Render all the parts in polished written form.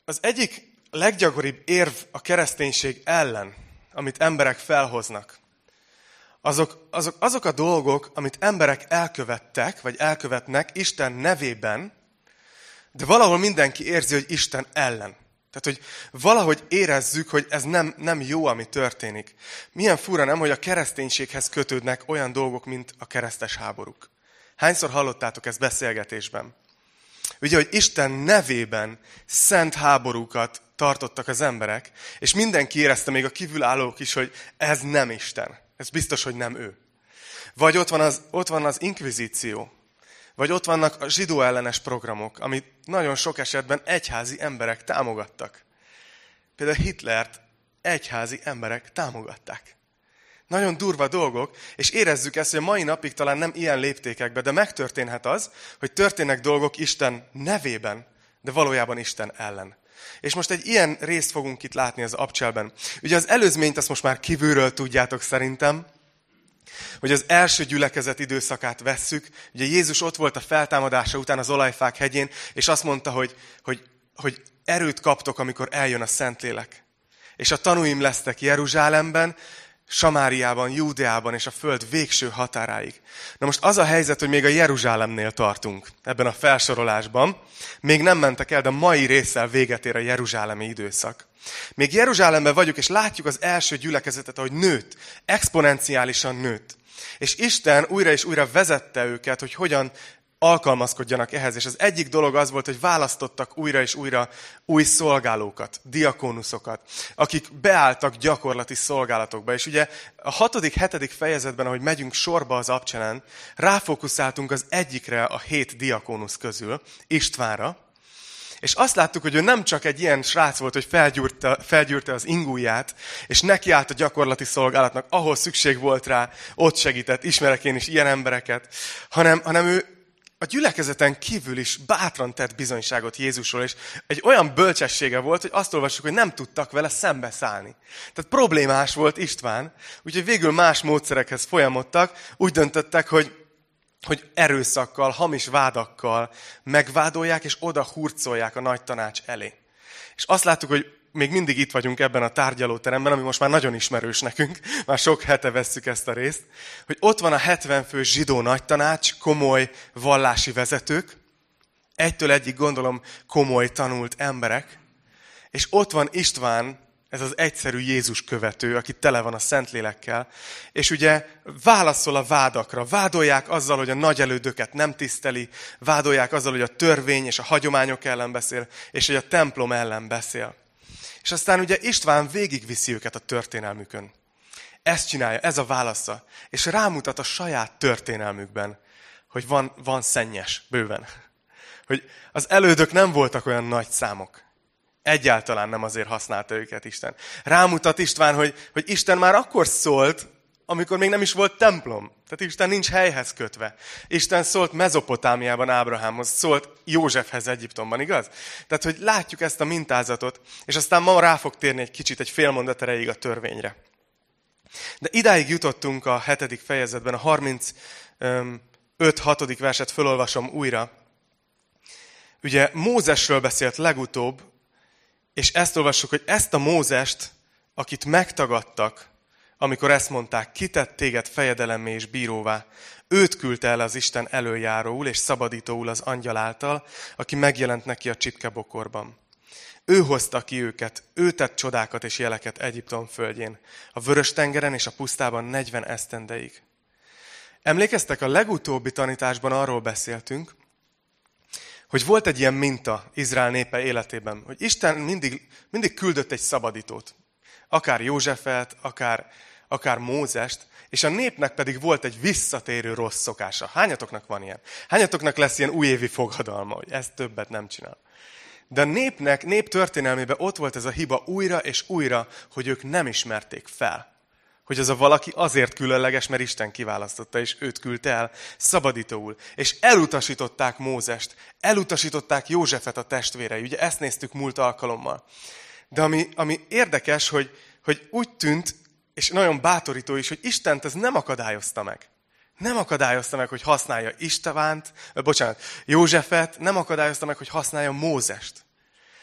az egyik leggyakoribb érv a kereszténység ellen, amit emberek felhoznak, azok a dolgok, amit emberek elkövettek, vagy elkövetnek Isten nevében, de valahol mindenki érzi, hogy Isten ellen. Tehát, hogy valahogy érezzük, hogy ez nem jó, ami történik. Milyen fura nem, hogy a kereszténységhez kötődnek olyan dolgok, mint a keresztes háborúk. Hányszor hallottátok ezt beszélgetésben? Ugye, hogy Isten nevében szent háborúkat tartottak az emberek, és mindenki érezte, még a kívülállók is, hogy ez nem Isten. Ez biztos, hogy nem ő. Vagy ott van az inkvizíció. Vagy ott vannak a zsidó ellenes programok, amit nagyon sok esetben egyházi emberek támogattak. Például Hitlert egyházi emberek támogatták. Nagyon durva dolgok, és érezzük ezt, hogy a mai napig talán nem ilyen léptékekben, de megtörténhet az, hogy történnek dolgok Isten nevében, de valójában Isten ellen. És most egy ilyen részt fogunk itt látni az Abcselben. Ugye az előzményt azt most már kívülről tudjátok szerintem, hogy az első gyülekezet időszakát vesszük. Ugye Jézus ott volt a feltámadása után az Olajfák hegyén, és azt mondta, hogy erőt kaptok, amikor eljön a Szentlélek. És a tanúim lesztek Jeruzsálemben, Samáriában, Júdeában és a föld végső határáig. Na most az a helyzet, hogy még a Jeruzsálemnél tartunk ebben a felsorolásban. Még nem mentek el, de mai résszel véget ér a jeruzsálemi időszak. Még Jeruzsálemben vagyunk, és látjuk az első gyülekezetet, ahogy nőtt, exponenciálisan nőtt. És Isten újra és újra vezette őket, hogy hogyan alkalmazkodjanak ehhez. És az egyik dolog az volt, hogy választottak újra és újra új szolgálókat, diakónuszokat, akik beálltak gyakorlati szolgálatokba. És ugye a 6.-7. fejezetben, ahogy megyünk sorba az Abcselen, ráfókuszáltunk az egyikre a 7 diakónusz közül, Istvánra, és azt láttuk, hogy ő nem csak egy ilyen srác volt, hogy felgyűrte az ingúját, és nekiállt a gyakorlati szolgálatnak, ahol szükség volt rá, ott segített, ismerek én is ilyen embereket, hanem ő a gyülekezeten kívül is bátran tett bizonyságot Jézusról, és egy olyan bölcsessége volt, hogy azt olvassuk, hogy nem tudtak vele szembeszállni. Tehát problémás volt István, úgyhogy végül más módszerekhez folyamodtak, úgy döntöttek, hogy erőszakkal, hamis vádakkal megvádolják, és oda hurcolják a nagy tanács elé. És azt láttuk, hogy még mindig itt vagyunk ebben a tárgyalóteremben, ami most már nagyon ismerős nekünk, már sok hete vesszük ezt a részt, hogy ott van a 70 fő zsidó nagytanács, komoly vallási vezetők, egytől egyig gondolom komoly tanult emberek, és ott van István, ez az egyszerű Jézus követő, aki tele van a Szentlélekkel, és ugye válaszol a vádakra. Vádolják azzal, hogy a nagy elődöket nem tiszteli, vádolják azzal, hogy a törvény és a hagyományok ellen beszél, és hogy a templom ellen beszél. És aztán ugye István végigviszi őket a történelmükön. Ezt csinálja, ez a válasza. És rámutat a saját történelmükben, hogy van szennyes bőven. Hogy az elődök nem voltak olyan nagy számok. Egyáltalán nem azért használta őket Isten. Rámutat István, hogy Isten már akkor szólt, amikor még nem is volt templom. Tehát Isten nincs helyhez kötve. Isten szólt Mezopotámiában Ábrahámhoz, szólt Józsefhez Egyiptomban, igaz? Tehát, hogy látjuk ezt a mintázatot, és aztán ma rá fog térni egy kicsit, egy fél mondat erejéig a törvényre. De idáig jutottunk a 7. fejezetben, a 35-6. verset fölolvasom újra. Ugye Mózesről beszélt legutóbb, és ezt olvassuk, hogy ezt a Mózest, akit megtagadtak, amikor ezt mondták, kitett téged fejedelemmé és bíróvá, őt küldte el az Isten elöljáróul és szabadítóul az angyal által, aki megjelent neki a csipkebokorban. Ő hozta ki őket, ő tett csodákat és jeleket Egyiptom földjén, a Vörös-tengeren és a pusztában 40 esztendeig. Emlékeztek, a legutóbbi tanításban arról beszéltünk, hogy volt egy ilyen minta Izrael népe életében, hogy Isten mindig küldött egy szabadítót. Akár Józsefet, akár Mózest, és a népnek pedig volt egy visszatérő rossz szokása. Hányatoknak van ilyen? Hányatoknak lesz ilyen újévi fogadalma, hogy ezt többet nem csinál? De a nép történelmében ott volt ez a hiba újra és újra, hogy ők nem ismerték fel. Hogy az a valaki azért különleges, mert Isten kiválasztotta, és őt küldte el szabadítóul. És elutasították Mózest, elutasították Józsefet a testvérei. Ugye ezt néztük múlt alkalommal. De ami érdekes, hogy úgy tűnt, és nagyon bátorító is, hogy Istent ez nem akadályozta meg. Nem akadályozta meg, hogy használja Józsefet, nem akadályozta meg, hogy használja Mózest.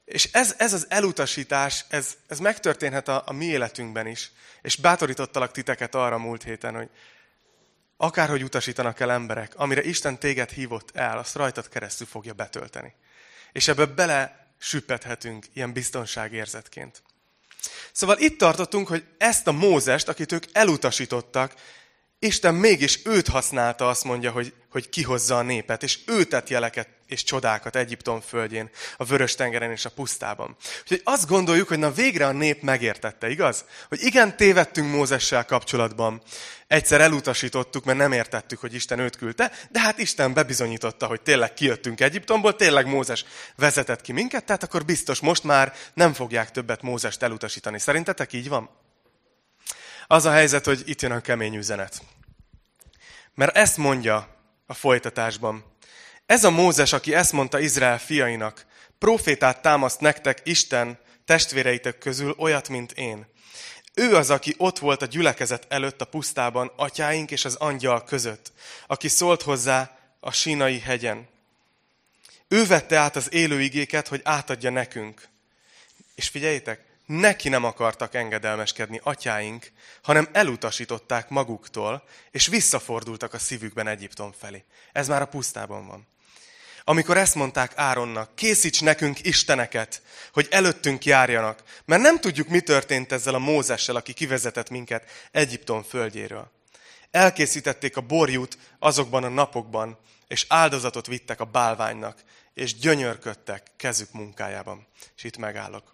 És ez az elutasítás, ez megtörténhet a mi életünkben is. És bátorítottalak titeket arra múlt héten, hogy akárhogy utasítanak el emberek, amire Isten téged hívott el, azt rajtad keresztül fogja betölteni. És ebbe bele süppedhetünk ilyen biztonságérzetként. Szóval itt tartottunk, hogy ezt a Mózest, akit ők elutasítottak, Isten mégis őt használta, azt mondja, hogy kihozza a népet, és ő tett jeleket és csodákat Egyiptom földjén, a Vörös-tengeren és a pusztában. Úgyhogy azt gondoljuk, hogy na végre a nép megértette, igaz? Hogy igen, tévedtünk Mózessel kapcsolatban. Egyszer elutasítottuk, mert nem értettük, hogy Isten őt küldte, de hát Isten bebizonyította, hogy tényleg kijöttünk Egyiptomból, tényleg Mózes vezetett ki minket, tehát akkor biztos most már nem fogják többet Mózest elutasítani. Szerintetek így van? Az a helyzet, hogy itt jön a kemény üzenet. Mert ezt mondja a folytatásban. Ez a Mózes, aki ezt mondta Izrael fiainak, prófétát támaszt nektek Isten testvéreitek közül olyat, mint én. Ő az, aki ott volt a gyülekezet előtt a pusztában, atyáink és az angyal között, aki szólt hozzá a Sínai hegyen. Ő vette át az élő igéket, hogy átadja nekünk. És figyeljétek, neki nem akartak engedelmeskedni atyáink, hanem elutasították maguktól, és visszafordultak a szívükben Egyiptom felé. Ez már a pusztában van. Amikor ezt mondták Áronnak, készíts nekünk isteneket, hogy előttünk járjanak, mert nem tudjuk, mi történt ezzel a Mózessel, aki kivezetett minket Egyiptom földjéről. Elkészítették a borjút azokban a napokban, és áldozatot vittek a bálványnak, és gyönyörködtek kezük munkájában. És itt megállok.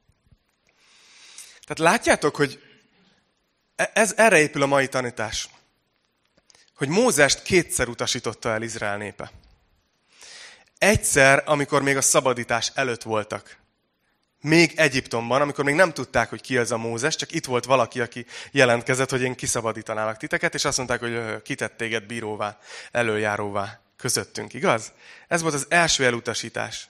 Tehát látjátok, hogy erre épül a mai tanítás, hogy Mózest kétszer utasította el Izrael népe. Egyszer, amikor még a szabadítás előtt voltak. Még Egyiptomban, amikor még nem tudták, hogy ki az a Mózes, csak itt volt valaki, aki jelentkezett, hogy én kiszabadítanálak titeket, és azt mondták, hogy kitett téged bíróvá, elöljáróvá közöttünk, igaz? Ez volt az első elutasítás.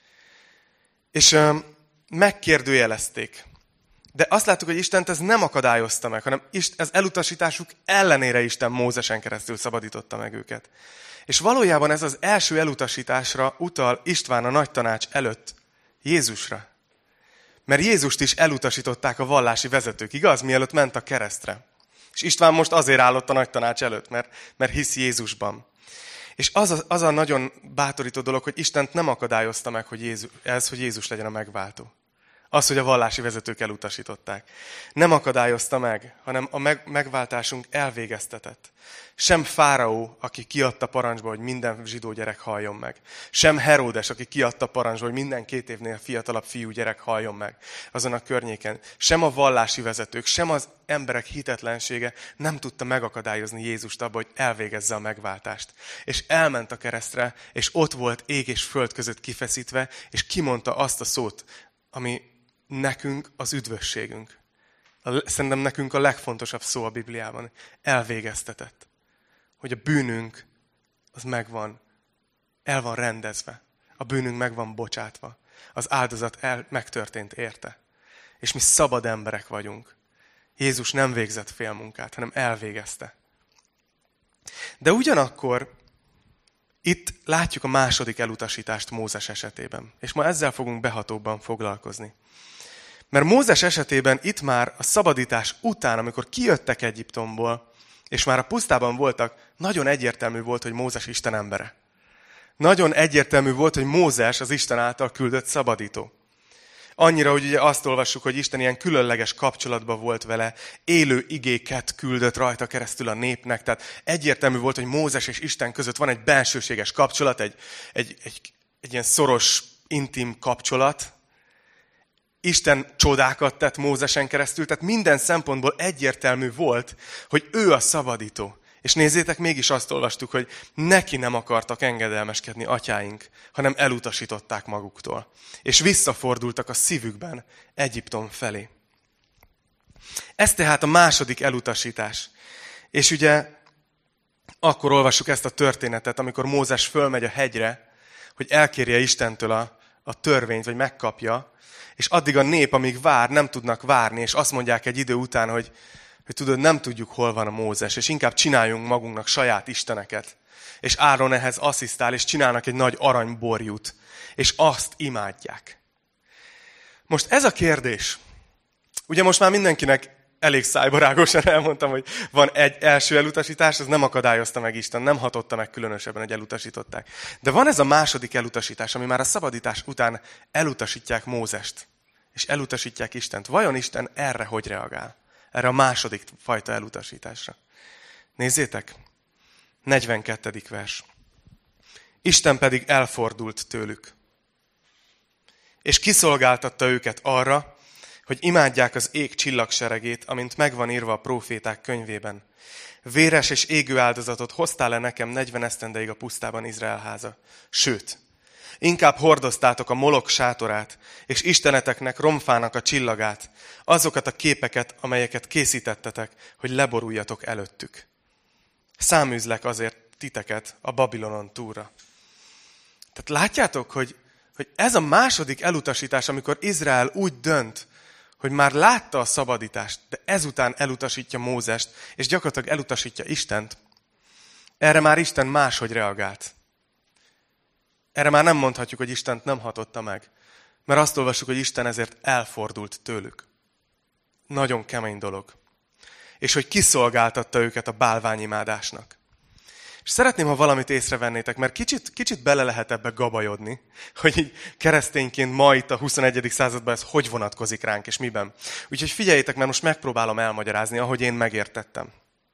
És megkérdőjelezték. De azt láttuk, hogy Istent ez nem akadályozta meg, hanem ez elutasításuk ellenére Isten Mózesen keresztül szabadította meg őket. És valójában ez az első elutasításra utal István a nagy tanács előtt Jézusra. Mert Jézust is elutasították a vallási vezetők, igaz? Mielőtt ment a keresztre. És István most azért állott a nagy tanács előtt, mert hisz Jézusban. És az a nagyon bátorító dolog, hogy Istent nem akadályozta meg, hogy Jézus legyen a megváltó. Az, hogy a vallási vezetők elutasították. Nem akadályozta meg, hanem a megváltásunk elvégeztetett. Sem Fáraó, aki kiadta parancsba, hogy minden zsidó gyerek halljon meg. Sem Heródes, aki kiadta parancsba, hogy minden 2 évnél fiatalabb fiú gyerek halljon meg azon a környéken. Sem a vallási vezetők, sem az emberek hitetlensége nem tudta megakadályozni Jézust abba, hogy elvégezze a megváltást. És elment a keresztre, és ott volt ég és föld között kifeszítve, és kimondta azt a szót, ami nekünk az üdvösségünk. Szerintem nekünk a legfontosabb szó a Bibliában. Elvégeztetett. Hogy a bűnünk az megvan, el van rendezve. A bűnünk meg van bocsátva. Az áldozat megtörtént érte. És mi szabad emberek vagyunk. Jézus nem végzett félmunkát, hanem elvégezte. De ugyanakkor itt látjuk a második elutasítást Mózes esetében. És ma ezzel fogunk behatóbban foglalkozni. Mert Mózes esetében itt már a szabadítás után, amikor kijöttek Egyiptomból, és már a pusztában voltak, nagyon egyértelmű volt, hogy Mózes Isten embere. Nagyon egyértelmű volt, hogy Mózes az Isten által küldött szabadító. Annyira, hogy ugye azt olvassuk, hogy Isten ilyen különleges kapcsolatban volt vele, élő igéket küldött rajta keresztül a népnek. Tehát egyértelmű volt, hogy Mózes és Isten között van egy bensőséges kapcsolat, egy ilyen szoros, intim kapcsolat. Isten csodákat tett Mózesen keresztül, tehát minden szempontból egyértelmű volt, hogy ő a szabadító. És nézzétek, mégis azt olvastuk, hogy neki nem akartak engedelmeskedni atyáink, hanem elutasították maguktól. És visszafordultak a szívükben Egyiptom felé. Ez tehát a második elutasítás. És ugye akkor olvassuk ezt a történetet, amikor Mózes fölmegy a hegyre, hogy elkérje Istentől a törvényt, vagy megkapja, és addig a nép, amíg vár, nem tudnak várni, és azt mondják egy idő után, hogy tudod, nem tudjuk, hol van a Mózes, és inkább csináljunk magunknak saját isteneket. És Áron ehhez asszisztál, és csinálnak egy nagy aranyborjút, és azt imádják. Most ez a kérdés. Ugye most már mindenkinek elég szájbarágosan elmondtam, hogy van egy első elutasítás, az nem akadályozta meg Isten, nem hatotta meg különösebben, hogy elutasították. De van ez a második elutasítás, ami már a szabadítás után elutasítják Mózest, és elutasítják Istent. Vajon Isten erre hogy reagál? Erre a második fajta elutasításra. Nézzétek, 42. vers. Isten pedig elfordult tőlük, és kiszolgáltatta őket arra, hogy imádják az ég csillagseregét, amint megvan írva a próféták könyvében. Véres és égő áldozatot hoztál le nekem 40 esztendeig a pusztában, Izrael háza. Sőt, inkább hordoztátok a Molok sátorát, és isteneteknek, romfának a csillagát, azokat a képeket, amelyeket készítettetek, hogy leboruljatok előttük. Száműzlek azért titeket a Babilonon túlra. Tehát látjátok, hogy ez a második elutasítás, amikor Izrael úgy dönt, hogy már látta a szabadítást, de ezután elutasítja Mózest, és gyakorlatilag elutasítja Istent, erre már Isten máshogy reagált. Erre már nem mondhatjuk, hogy Istent nem hatotta meg, mert azt olvassuk, hogy Isten ezért elfordult tőlük. Nagyon kemény dolog. És hogy kiszolgáltatta őket a bálványimádásnak. És szeretném, ha valamit észrevennétek, mert kicsit bele lehet ebbe gabajodni, hogy így keresztényként ma itt a 21. században ez hogy vonatkozik ránk, és miben. Úgyhogy figyeljétek, mert most megpróbálom elmagyarázni, ahogy én megértettem.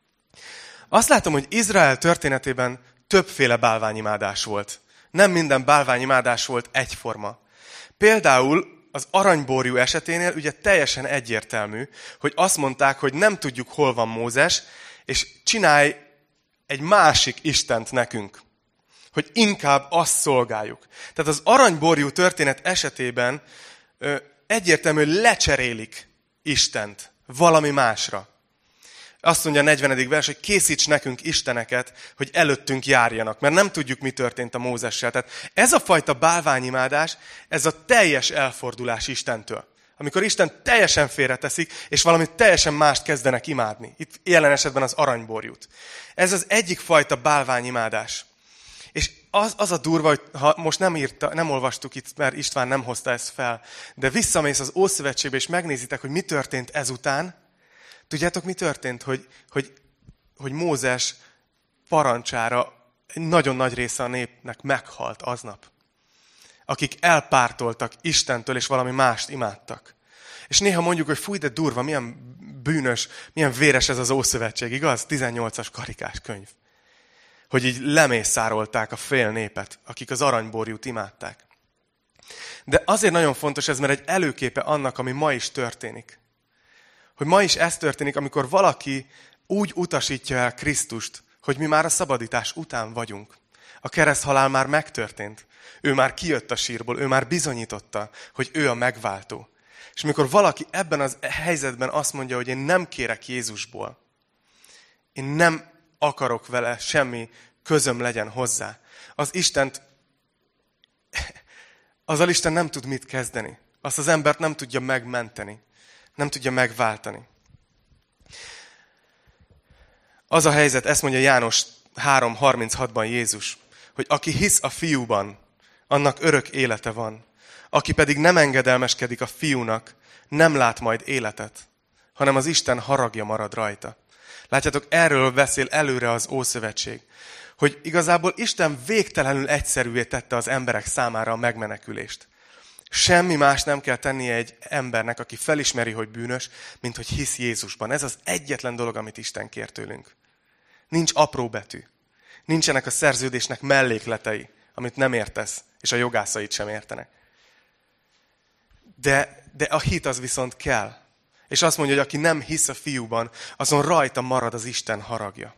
Azt látom, hogy Izrael történetében többféle bálványimádás volt. Nem minden bálványimádás volt egyforma. Például az aranyborjú eseténél ugye teljesen egyértelmű, hogy azt mondták, hogy nem tudjuk, hol van Mózes, és csinálj egy másik Istent nekünk, hogy inkább azt szolgáljuk. Tehát az aranyborjú történet esetében egyértelműen lecserélik Istent valami másra. Azt mondja a 40. vers, hogy készíts nekünk isteneket, hogy előttünk járjanak, mert nem tudjuk, mi történt a Mózessel. Tehát ez a fajta bálványimádás, ez a teljes elfordulás Istentől. Amikor Isten teljesen félreteszik, és valamit teljesen mást kezdenek imádni. Itt jelen esetben az aranyborjút. Ez az egyik fajta bálványimádás. És az a durva, hogy ha most nem olvastuk itt, mert István nem hozta ezt fel, de visszamész az Ószövetségbe, és megnézitek, hogy mi történt ezután. Tudjátok, mi történt? Hogy Mózes parancsára egy nagyon nagy része a népnek meghalt aznap. Akik elpártoltak Istentől, és valami mást imádtak. És néha mondjuk, hogy fúj, de durva, milyen bűnös, milyen véres ez az Ószövetség, igaz? 18-as karikás könyv. Hogy így lemészárolták a fél népet, akik az aranyborjút imádták. De azért nagyon fontos ez, mert egy előképe annak, ami ma is történik. Hogy ma is ez történik, amikor valaki úgy utasítja el Krisztust, hogy mi már a szabadítás után vagyunk. A kereszthalál már megtörtént. Ő már kijött a sírból, ő már bizonyította, hogy ő a megváltó. És amikor valaki ebben az helyzetben azt mondja, hogy én nem kérek Jézusból, én nem akarok vele semmi közöm legyen hozzá, azzal Isten nem tud mit kezdeni. Azt az embert nem tudja megmenteni, nem tudja megváltani. Az a helyzet, ezt mondja János 3:36-ban Jézus, hogy aki hisz a fiúban, annak örök élete van. Aki pedig nem engedelmeskedik a fiúnak, nem lát majd életet, hanem az Isten haragja marad rajta. Látjátok, erről beszél előre az Ószövetség, hogy igazából Isten végtelenül egyszerűvé tette az emberek számára a megmenekülést. Semmi más nem kell tennie egy embernek, aki felismeri, hogy bűnös, mint hogy hisz Jézusban. Ez az egyetlen dolog, amit Isten kér tőlünk. Nincs apró betű. Nincsenek a szerződésnek mellékletei, amit nem értesz, és a jogászait sem értenek. De a hit az viszont kell. És azt mondja, hogy aki nem hisz a fiúban, azon rajta marad az Isten haragja.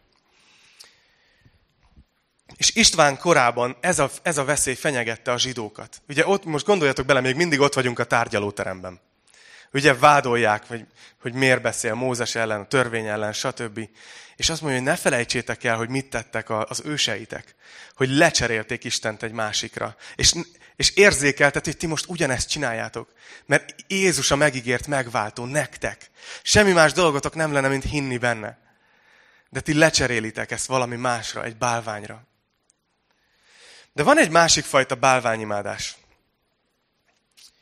És István korában ez a veszély fenyegette a zsidókat. Ugye ott, most gondoljatok bele, még mindig ott vagyunk a tárgyalóteremben. Ugye vádolják, hogy miért beszél Mózes ellen, a törvény ellen, stb. És azt mondja, hogy ne felejtsétek el, hogy mit tettek az őseitek. Hogy lecserélték Istent egy másikra. És érzékeltet, hogy ti most ugyanezt csináljátok. Mert Jézus a megígért megváltó nektek. Semmi más dolgotok nem lenne, mint hinni benne. De ti lecserélitek ezt valami másra, egy bálványra. De van egy másik fajta bálványimádás.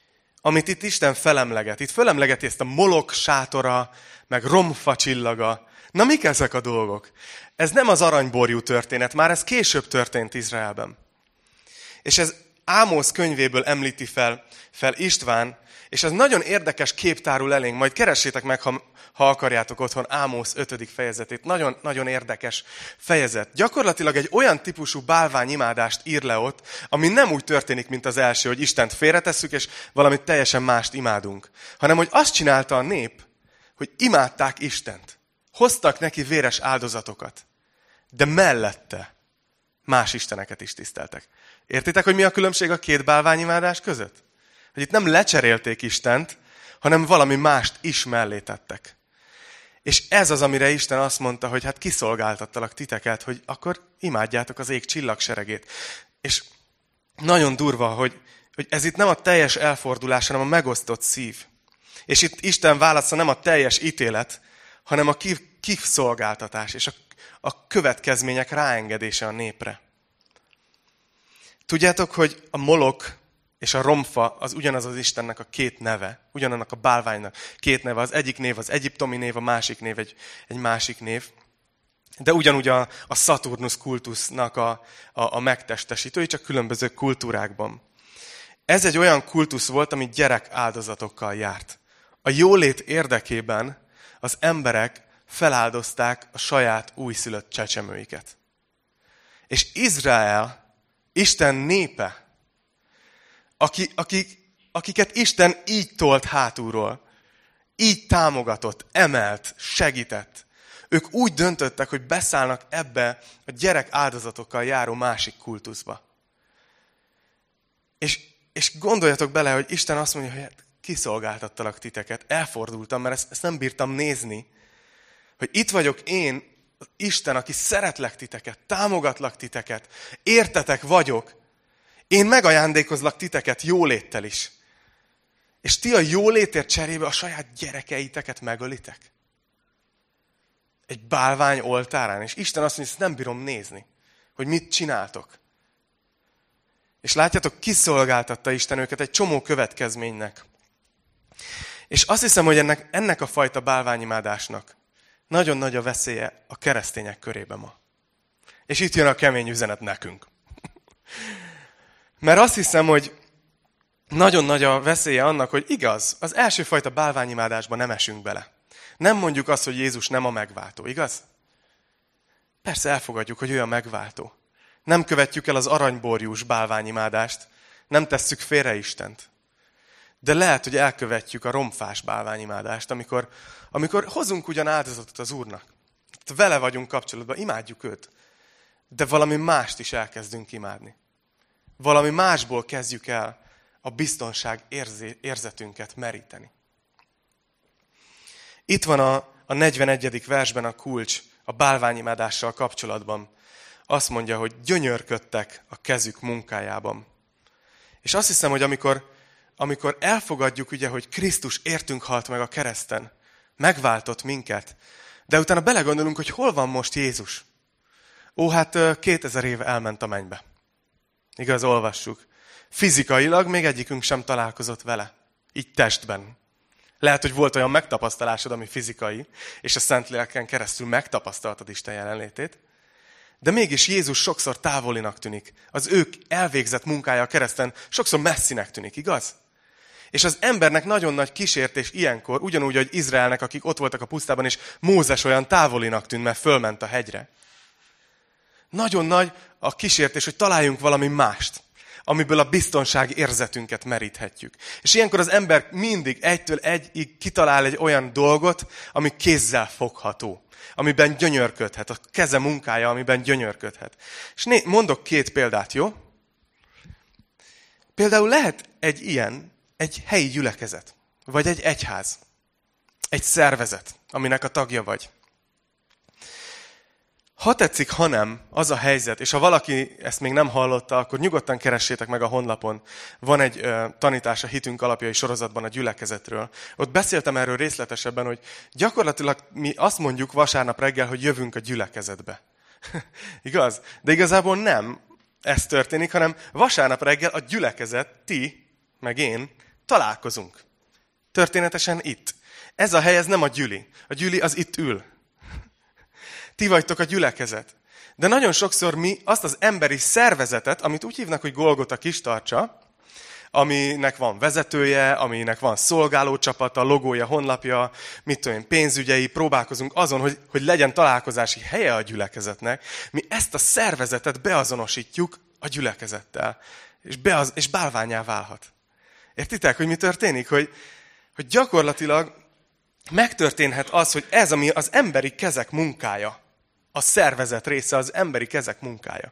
amit itt Isten felemleget. Itt felemlegeti ezt a Molok sátora, meg Romfa csillaga. Na mik ezek a dolgok? Ez nem az aranyborjú történet, már ez később történt Izraelben. És ez Ámosz könyvéből említi fel István, és ez nagyon érdekes kép tárul elénk. Majd keressétek meg, ha akarjátok otthon Ámosz 5. fejezetét. Nagyon, nagyon érdekes fejezet. Gyakorlatilag egy olyan típusú bálványimádást ír le ott, ami nem úgy történik, mint az első, hogy Istent félretesszük, és valamit teljesen mást imádunk. Hanem, hogy azt csinálta a nép, hogy imádták Istent. Hoztak neki véres áldozatokat. De mellette más isteneket is tiszteltek. Értitek, hogy mi a különbség a két bálványimádás között? Hogy itt nem lecserélték Istent, hanem valami mást is mellé tettek. És ez az, amire Isten azt mondta, hogy hát kiszolgáltattalak titeket, hogy akkor imádjátok az ég csillagseregét. És nagyon durva, hogy ez itt nem a teljes elfordulás, hanem a megosztott szív. És itt Isten válasza nem a teljes ítélet, hanem a kiszolgáltatás és a következmények ráengedése a népre. Tudjátok, hogy a Molok és a Romfa az ugyanaz az Istennek a két neve, ugyanannak a bálványnak két neve. Az egyik név az egyiptomi név, a másik név egy másik név. De ugyanúgy a Saturnus kultusznak a megtestesítői, csak különböző kultúrákban. Ez egy olyan kultusz volt, ami gyerek áldozatokkal járt. A jólét érdekében az emberek feláldozták a saját újszülött csecsemőiket. És Izrael, Isten népe, akiket Isten így tolt hátulról, így támogatott, emelt, segített. Ők úgy döntöttek, hogy beszállnak ebbe a gyerek áldozatokkal járó másik kultuszba. És gondoljatok bele, hogy Isten azt mondja, hogy kiszolgáltattalak titeket, elfordultam, mert ezt nem bírtam nézni, hogy itt vagyok én, Isten, aki szeretlek titeket, támogatlak titeket, értetek vagyok, én megajándékozlak titeket jóléttel is. És ti a jólétért cserébe a saját gyerekeiteket megölitek? Egy bálvány oltárán. És Isten azt mondja, ezt nem bírom nézni, hogy mit csináltok. És látjátok, kiszolgáltatta Isten őket egy csomó következménynek. És azt hiszem, hogy ennek a fajta bálványimádásnak nagyon nagy a veszélye a keresztények körében ma. És itt jön a kemény üzenet nekünk. Mert azt hiszem, hogy nagyon nagy a veszélye annak, hogy igaz, az első fajta bálványimádásban nem esünk bele. Nem mondjuk azt, hogy Jézus nem a megváltó, igaz? Persze elfogadjuk, hogy ő a megváltó. Nem követjük el az aranyborjús bálványimádást, nem tesszük félre Istent. De lehet, hogy elkövetjük a romfás bálványimádást, amikor hozunk ugyan áldozatot az Úrnak. Vele vagyunk kapcsolatban, imádjuk őt. De valami mást is elkezdünk imádni. Valami másból kezdjük el a biztonság érzetünket meríteni. Itt van a 41. versben a kulcs a bálványimádással kapcsolatban. Azt mondja, hogy gyönyörködtek a kezük munkájában. És azt hiszem, hogy amikor elfogadjuk, ugye, hogy Krisztus értünk halt meg a kereszten, megváltott minket, de utána belegondolunk, hogy hol van most Jézus. Ó, hát 2000 éve elment a mennybe. Igaz, olvassuk. Fizikailag még egyikünk sem találkozott vele. Így testben. Lehet, hogy volt olyan megtapasztalásod, ami fizikai, és a Szentléleken keresztül megtapasztaltad Isten jelenlétét. De mégis Jézus sokszor távolinak tűnik. Az ő elvégzett munkája a kereszten sokszor messzinek tűnik, igaz? És az embernek nagyon nagy kísértés ilyenkor, ugyanúgy, hogy Izraelnek, akik ott voltak a pusztában, és Mózes olyan távolinak tűnt, mert fölment a hegyre. Nagyon nagy a kísértés, hogy találjunk valami mást, amiből a biztonság érzetünket meríthetjük. És ilyenkor az ember mindig egytől egyig kitalál egy olyan dolgot, ami kézzel fogható, amiben gyönyörködhet, a keze munkája, amiben gyönyörködhet. És mondok 2 példát, jó? Például lehet egy helyi gyülekezet, vagy egy egyház, egy szervezet, aminek a tagja vagy. Ha tetszik, ha nem, az a helyzet, és ha valaki ezt még nem hallotta, akkor nyugodtan keressétek meg a honlapon. Van egy tanítás a Hitünk alapjai sorozatban a gyülekezetről. Ott beszéltem erről részletesebben, hogy gyakorlatilag mi azt mondjuk vasárnap reggel, hogy jövünk a gyülekezetbe. Igaz? De igazából nem ez történik, hanem vasárnap reggel a gyülekezet, ti, meg én, találkozunk. Történetesen itt. Ez a hely, ez nem a gyüli. A gyüli az itt ül. Ti vagytok a gyülekezet. De nagyon sokszor mi azt az emberi szervezetet, amit úgy hívnak, hogy Golgota Kistarcsa, aminek van vezetője, aminek van szolgálócsapata, logója, honlapja, mit tudom én, pénzügyei, próbálkozunk azon, hogy legyen találkozási helye a gyülekezetnek. Mi ezt a szervezetet beazonosítjuk a gyülekezettel, és bálvánnyá válhat. Értitek, hogy mi történik? Hogy gyakorlatilag megtörténhet az, hogy ez, ami az emberi kezek munkája, a szervezet része az emberi kezek munkája.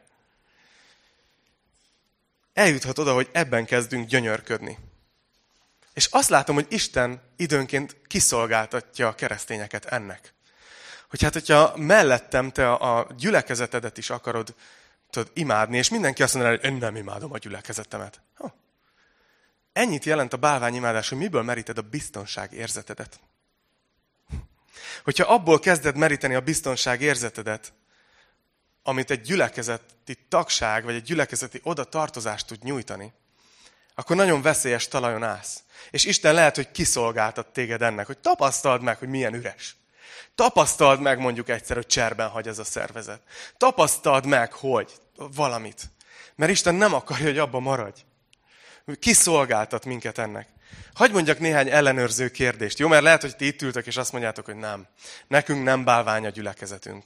Eljuthat oda, hogy ebben kezdünk gyönyörködni. És azt látom, hogy Isten időnként kiszolgáltatja a keresztényeket ennek. Hogyha mellettem te a gyülekezetedet is akarod imádni, és mindenki azt mondaná, hogy én nem imádom a gyülekezetemet. Ennyit jelent a bálványimádás, hogy miből meríted a biztonság érzetedet. Hogyha abból kezded meríteni a biztonság érzetedet, amit egy gyülekezeti tagság, vagy egy gyülekezeti odatartozást tud nyújtani, akkor nagyon veszélyes talajon állsz. És Isten lehet, hogy kiszolgáltat téged ennek, hogy tapasztald meg, hogy milyen üres. Tapasztald meg mondjuk egyszer, hogy cserben hagy ez a szervezet. Tapasztald meg, hogy valamit. Mert Isten nem akarja, hogy abba maradj. Kiszolgáltat minket ennek. Hadd mondjak néhány ellenőrző kérdést, jó? Mert lehet, hogy ti itt ültök, és azt mondjátok, hogy nem. Nekünk nem bálvány a gyülekezetünk.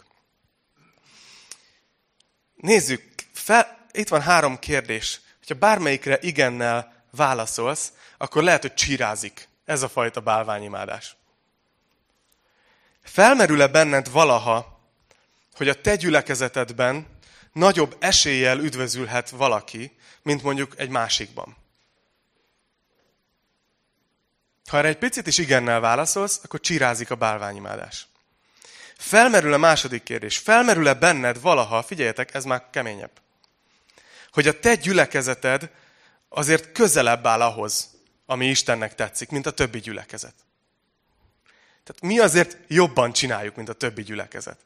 Nézzük, itt van 3 kérdés. Ha bármelyikre igennel válaszolsz, akkor lehet, hogy csirázik ez a fajta bálványimádás. Felmerül-e benned valaha, hogy a te gyülekezetedben nagyobb eséllyel üdvözülhet valaki, mint mondjuk egy másikban? Ha erre egy picit is igennel válaszolsz, akkor csirázik a bálványimádás. Felmerül-e második kérdés? Felmerül-e benned valaha, figyeljetek, ez már keményebb, hogy a te gyülekezeted azért közelebb áll ahhoz, ami Istennek tetszik, mint a többi gyülekezet. Tehát mi azért jobban csináljuk, mint a többi gyülekezet.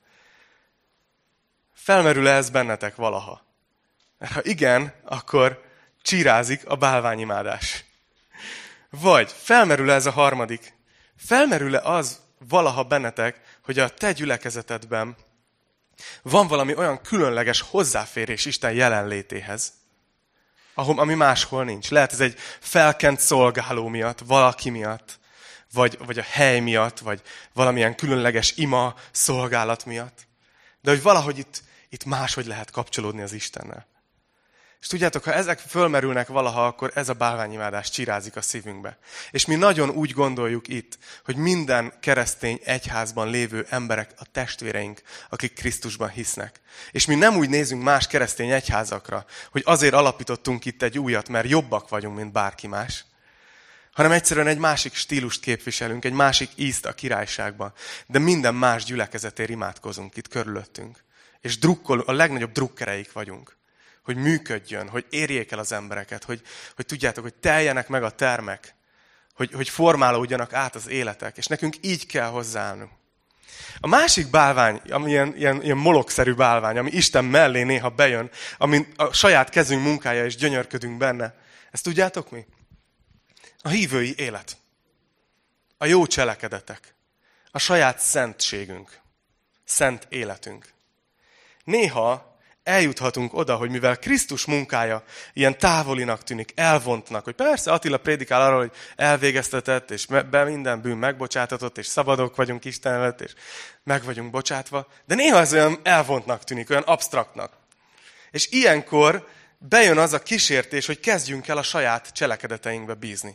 Felmerül-e ez bennetek valaha? Mert ha igen, akkor csirázik a bálványimádás. Vagy felmerül-e ez a harmadik? Felmerül-e az valaha bennetek, hogy a te gyülekezetedben van valami olyan különleges hozzáférés Isten jelenlétéhez, ami máshol nincs. Lehet ez egy felkent szolgáló miatt, valaki miatt, vagy a hely miatt, vagy valamilyen különleges ima szolgálat miatt. De hogy valahogy itt máshogy lehet kapcsolódni az Istennel. És tudjátok, ha ezek fölmerülnek valaha, akkor ez a bálványimádás csirázik a szívünkbe. És mi nagyon úgy gondoljuk itt, hogy minden keresztény egyházban lévő emberek a testvéreink, akik Krisztusban hisznek. És mi nem úgy nézünk más keresztény egyházakra, hogy azért alapítottunk itt egy újat, mert jobbak vagyunk, mint bárki más, hanem egyszerűen egy másik stílust képviselünk, egy másik ízt a királyságban. De minden más gyülekezetért imádkozunk itt körülöttünk. És a legnagyobb drukkereik vagyunk. Hogy működjön, hogy érjék el az embereket, hogy tudjátok, hogy teljenek meg a termek, hogy formálódjanak át az életek, és nekünk így kell hozzáállnunk. A másik bálvány, ami ilyen molokszerű bálvány, ami Isten mellé néha bejön, ami a saját kezünk munkája, és gyönyörködünk benne. Ezt tudjátok mi? A hívői élet. A jó cselekedetek. A saját szentségünk. Szent életünk. Néha eljuthatunk oda, hogy mivel Krisztus munkája ilyen távolinak tűnik, elvontnak, hogy persze Attila prédikál arról, hogy elvégeztetett, és minden bűn megbocsátatott, és szabadok vagyunk Isten előtt, és meg vagyunk bocsátva, de néha ez olyan elvontnak tűnik, olyan absztraktnak. És ilyenkor bejön az a kísértés, hogy kezdjünk el a saját cselekedeteinkbe bízni.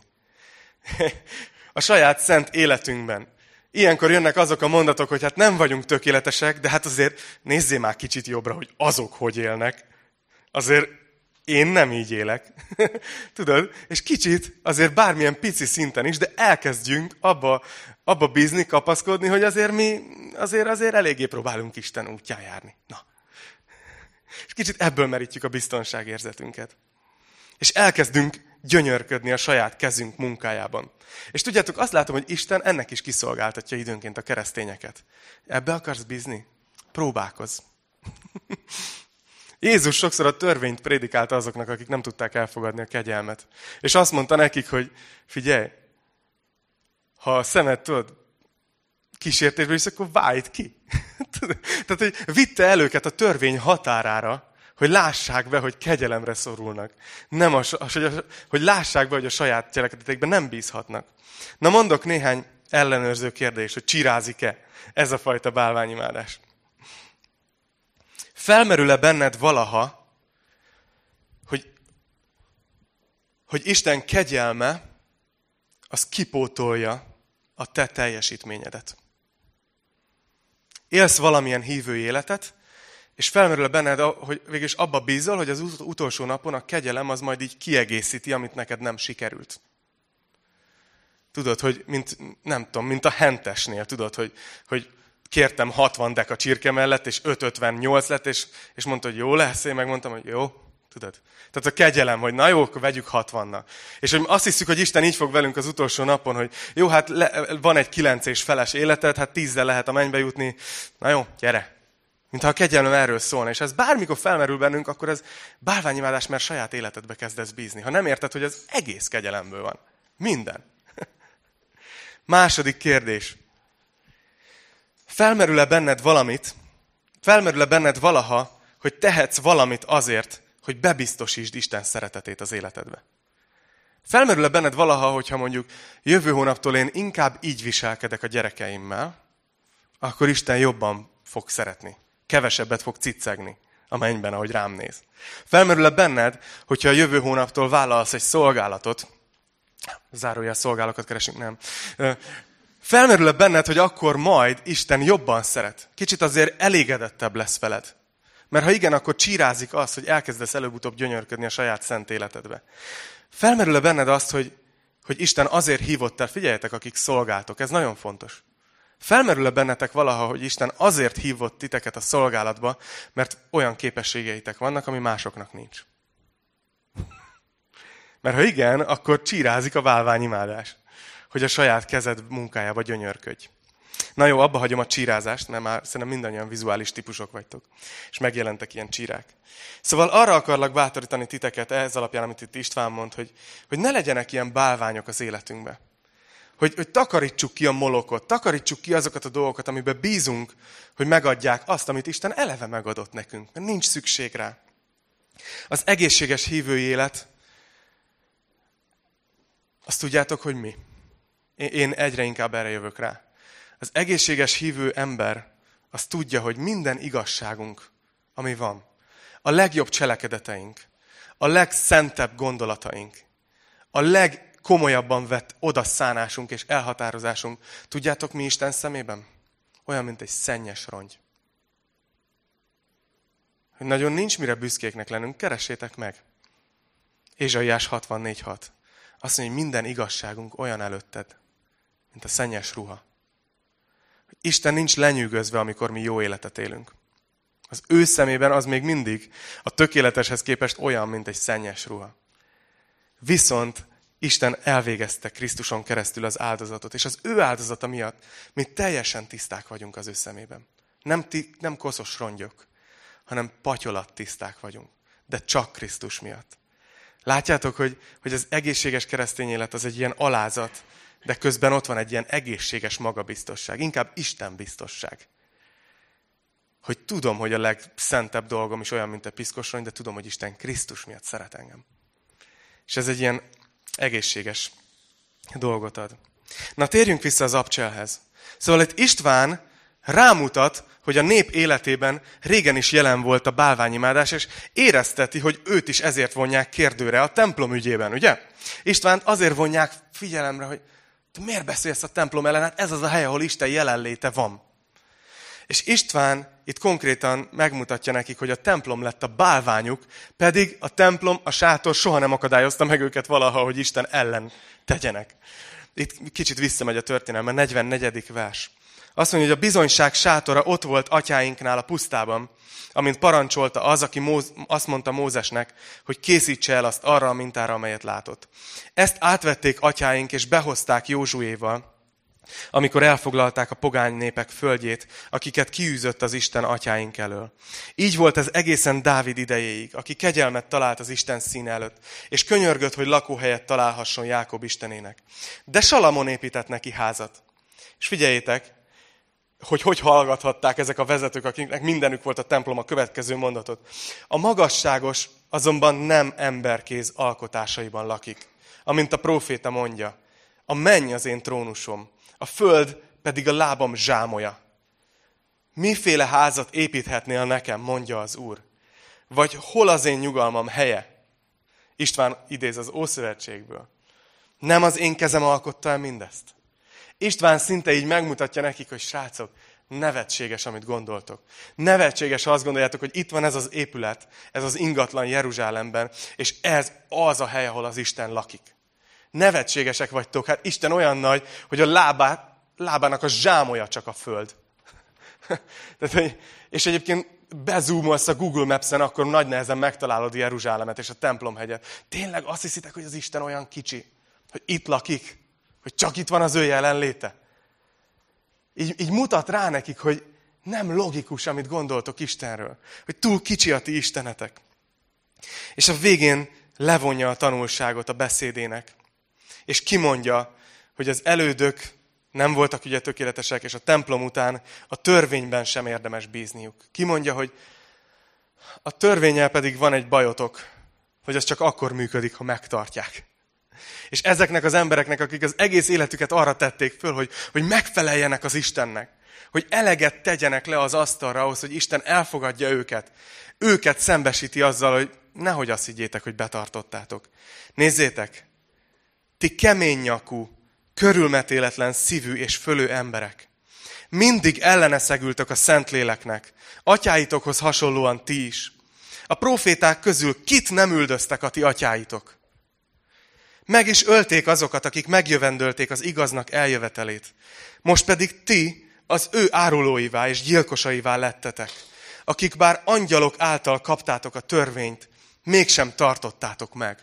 A saját szent életünkben. Ilyenkor jönnek azok a mondatok, hogy hát nem vagyunk tökéletesek, de hát azért nézzél már kicsit jobbra, hogy azok hogy élnek. Azért én nem így élek. Tudod? És kicsit azért bármilyen pici szinten is, de elkezdjünk abba bízni, kapaszkodni, hogy azért mi azért eléggé próbálunk Isten útján járni. Na. És kicsit ebből merítjük a biztonságérzetünket. És elkezdünk gyönyörködni a saját kezünk munkájában. És tudjátok, azt látom, hogy Isten ennek is kiszolgáltatja időnként a keresztényeket. Ebbe akarsz bízni? Próbálkozz. Jézus sokszor a törvényt prédikálta azoknak, akik nem tudták elfogadni a kegyelmet. És azt mondta nekik, hogy figyelj, ha a szemed, tudod, kísértésből is, akkor válj ki. Tehát, hogy vitte el őket a törvény határára, hogy lássák be, hogy kegyelemre szorulnak. Nem hogy lássák be, hogy a saját cselekedetekben nem bízhatnak. Na mondok néhány ellenőrző kérdést, hogy csirázik-e ez a fajta bálványimádás. Felmerül-e benned valaha, hogy Isten kegyelme, az kipótolja a te teljesítményedet? Élsz valamilyen hívő életet, és felmerül benned, hogy végülis abba bízol, hogy az utolsó napon a kegyelem az majd így kiegészíti, amit neked nem sikerült. Tudod, hogy mint a hentesnél, tudod, hogy kértem 60 deka csirke mellett, és 5,58 lett, és mondta, hogy jó lesz, én megmondtam, hogy jó, tudod. Tehát a kegyelem, hogy na jó, akkor vegyük 60-nal. És hogy azt hiszük, hogy Isten így fog velünk az utolsó napon, hogy jó, hát van egy 9 és feles életed, hát 10-zel lehet a mennybe jutni, na jó, gyere. Mintha a kegyelem erről szólna. És ez bármikor felmerül bennünk, akkor ez bálványimádás, mert saját életedbe kezdesz bízni. Ha nem érted, hogy az egész kegyelemből van. Minden. Második kérdés. Felmerül-e benned valaha, hogy tehetsz valamit azért, hogy bebiztosítsd Isten szeretetét az életedbe? Felmerül-e benned valaha, hogyha mondjuk jövő hónaptól én inkább így viselkedek a gyerekeimmel, akkor Isten jobban fog szeretni. Kevesebbet fog ciccegni a mennyben, ahogy rám néz. Felmerül-e benned, hogyha a jövő hónaptól vállalsz egy szolgálatot, zárójel szolgálatot keresünk, nem. Felmerül-e benned, hogy akkor majd Isten jobban szeret? Kicsit azért elégedettebb lesz veled. Mert ha igen, akkor csírázik azt, hogy elkezdesz előbb-utóbb gyönyörködni a saját szent életedbe. Felmerül-e benned azt, hogy Isten azért hívott el, figyeljetek, akik szolgáltok, ez nagyon fontos. Felmerül-e bennetek valaha, hogy Isten azért hívott titeket a szolgálatba, mert olyan képességeitek vannak, ami másoknak nincs? Mert ha igen, akkor csírázik a bálványimádás, hogy a saját kezed munkájába gyönyörködj. Na jó, abba hagyom a csírázást, mert már szerintem mindannyian vizuális típusok vagytok, és megjelentek ilyen csírák. Szóval arra akarlak bátorítani titeket ez alapján, amit itt István mond, hogy ne legyenek ilyen bálványok az életünkbe. Hogy takarítsuk ki a molokot, takarítsuk ki azokat a dolgokat, amiben bízunk, hogy megadják azt, amit Isten eleve megadott nekünk, mert nincs szükség rá. Az egészséges hívői élet, azt tudjátok, hogy mi? Én egyre inkább erre jövök rá. Az egészséges hívő ember azt tudja, hogy minden igazságunk, ami van, a legjobb cselekedeteink, a legszentebb gondolataink, a legkomolyabban vett odaszánásunk és elhatározásunk, tudjátok mi Isten szemében? Olyan, mint egy szennyes rongy. Hogy nagyon nincs mire büszkéknek lennünk, keressétek meg. Ézsaiás 64:6. Azt mondja, hogy minden igazságunk olyan előtted, mint a szennyes ruha. Isten nincs lenyűgözve, amikor mi jó életet élünk. Az ő szemében az még mindig a tökéleteshez képest olyan, mint egy szennyes ruha. Viszont Isten elvégezte Krisztuson keresztül az áldozatot, és az ő áldozata miatt mi teljesen tiszták vagyunk az ő szemében. Nem koszos rongyok, hanem patyolat tiszták vagyunk, de csak Krisztus miatt. Látjátok, hogy az egészséges keresztény élet az egy ilyen alázat, de közben ott van egy ilyen egészséges magabiztosság, inkább Isten biztosság. Hogy tudom, hogy a legszentebb dolgom is olyan, mint a piszkos rongy, de tudom, hogy Isten Krisztus miatt szeret engem. És ez egy ilyen egészséges dolgot ad. Na, térjünk vissza az abcselhez. Szóval itt István rámutat, hogy a nép életében régen is jelen volt a bálványimádás, és érezteti, hogy őt is ezért vonják kérdőre a templom ügyében, ugye? Istvánt azért vonják figyelemre, hogy te miért beszélsz a templom ellen? Hát ez az a hely, ahol Isten jelenléte van. És István itt konkrétan megmutatja nekik, hogy a templom lett a bálványuk, pedig a templom, a sátor soha nem akadályozta meg őket valaha, hogy Isten ellen tegyenek. Itt kicsit visszamegy a történelme, 44. vers. Azt mondja, hogy a bizonyság sátora ott volt atyáinknál a pusztában, amint parancsolta az, aki azt mondta Mózesnek, hogy készítse el azt arra a mintára, amelyet látott. Ezt átvették atyáink, és behozták Józsuéval, amikor elfoglalták a pogány népek földjét, akiket kiűzött az Isten atyáink elől. Így volt ez egészen Dávid idejéig, aki kegyelmet talált az Isten színe előtt, és könyörgött, hogy lakóhelyet találhasson Jákob Istenének. De Salamon épített neki házat. És figyeljétek, hogy hallgathatták ezek a vezetők, akiknek mindenük volt a templom, a következő mondatot. A magasságos azonban nem emberkéz alkotásaiban lakik, amint a próféta mondja. A menny az én trónusom, a föld pedig a lábam zsámolya. Miféle házat építhetnél nekem, mondja az Úr? Vagy hol az én nyugalmam helye? István idéz az Ószövetségből. Nem az én kezem alkotta el mindezt? István szinte így megmutatja nekik, hogy srácok, nevetséges, amit gondoltok. Nevetséges, ha azt gondoljátok, hogy itt van ez az épület, ez az ingatlan Jeruzsálemben, és ez az a hely, ahol az Isten lakik. Nevetségesek vagytok, hát Isten olyan nagy, hogy a lábának a zsámolya csak a föld. És egyébként bezúmolsz a Google Maps-en, akkor nagy nehezen megtalálod Jeruzsálemet és a templomhegyet. Tényleg azt hiszitek, hogy az Isten olyan kicsi, hogy itt lakik, hogy csak itt van az ő jelenléte? Így mutat rá nekik, hogy nem logikus, amit gondoltok Istenről. Hogy túl kicsi a ti istenetek. És a végén levonja a tanulságot a beszédének. És kimondja, hogy az elődök nem voltak ugye tökéletesek, és a templom után a törvényben sem érdemes bízniuk. Kimondja, hogy a törvénnyel pedig van egy bajotok, hogy az csak akkor működik, ha megtartják. És ezeknek az embereknek, akik az egész életüket arra tették föl, hogy megfeleljenek az Istennek, hogy eleget tegyenek le az asztalra ahhoz, hogy Isten elfogadja őket szembesíti azzal, hogy nehogy azt higgyétek, hogy betartottátok. Nézzétek, ti kemény nyakú, körülmetéletlen szívű és fölő emberek. Mindig ellene szegültök a Szentléleknek, atyáitokhoz hasonlóan ti is. A próféták közül kit nem üldöztek a ti atyáitok? Meg is ölték azokat, akik megjövendölték az igaznak eljövetelét. Most pedig ti az ő árulóivá és gyilkosaivá lettetek, akik bár angyalok által kaptátok a törvényt, mégsem tartottátok meg.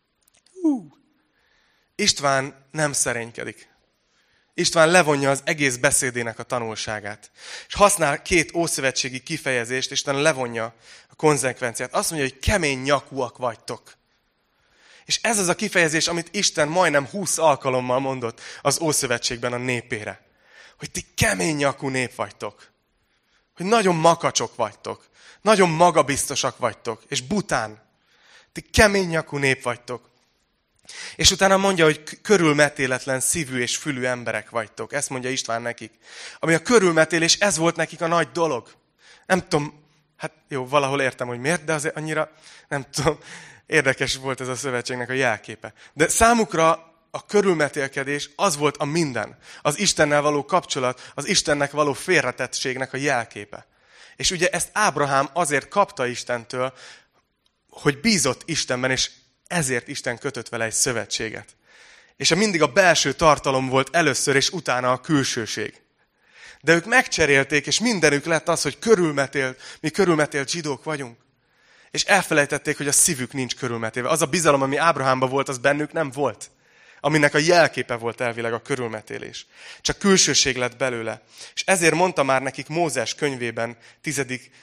István nem szerénykedik. István levonja az egész beszédének a tanulságát. És használ két ószövetségi kifejezést, és utána levonja a konzekvenciát. Azt mondja, hogy kemény nyakúak vagytok. És ez az a kifejezés, amit Isten majdnem 20 alkalommal mondott az Ószövetségben a népére. Hogy ti kemény nyakú nép vagytok. Hogy nagyon makacsok vagytok. Nagyon magabiztosak vagytok. És bután. Ti kemény nyakú nép vagytok. És utána mondja, hogy körülmetéletlen szívű és fülű emberek vagytok. Ezt mondja István nekik. Ami a körülmetélés, ez volt nekik a nagy dolog. Nem tudom, hát jó, valahol értem, hogy miért, de azért annyira, nem tudom, érdekes volt ez a szövetségnek a jelképe. De számukra a körülmetélkedés az volt a minden. Az Istennel való kapcsolat, az Istennek való félretettségnek a jelképe. És ugye ezt Ábrahám azért kapta Istentől, hogy bízott Istenben, és ezért Isten kötött vele egy szövetséget. És mindig a belső tartalom volt először, és utána a külsőség. De ők megcserélték, és mindenük lett az, hogy mi körülmetélt zsidók vagyunk. És elfelejtették, hogy a szívük nincs körülmetélve. Az a bizalom, ami Ábrahámban volt, az bennük nem volt. Aminek a jelképe volt elvileg a körülmetélés. Csak külsőség lett belőle. És ezért mondta már nekik Mózes könyvében, 10.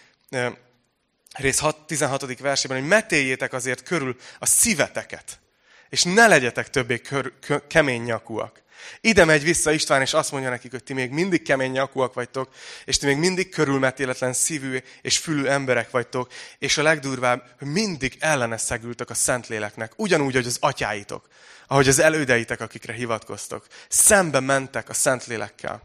rész 16. versében, hogy metéljétek azért körül a szíveteket, és ne legyetek többé kemény nyakúak. Ide megy vissza István, és azt mondja nekik, hogy ti még mindig kemény nyakúak vagytok, és ti még mindig körülmetéletlen szívű és fülű emberek vagytok, és a legdurvább, hogy mindig ellene szegültek a Szentléleknek, ugyanúgy, hogy az atyáitok, ahogy az elődeitek, akikre hivatkoztok. Szembe mentek a Szentlélekkel.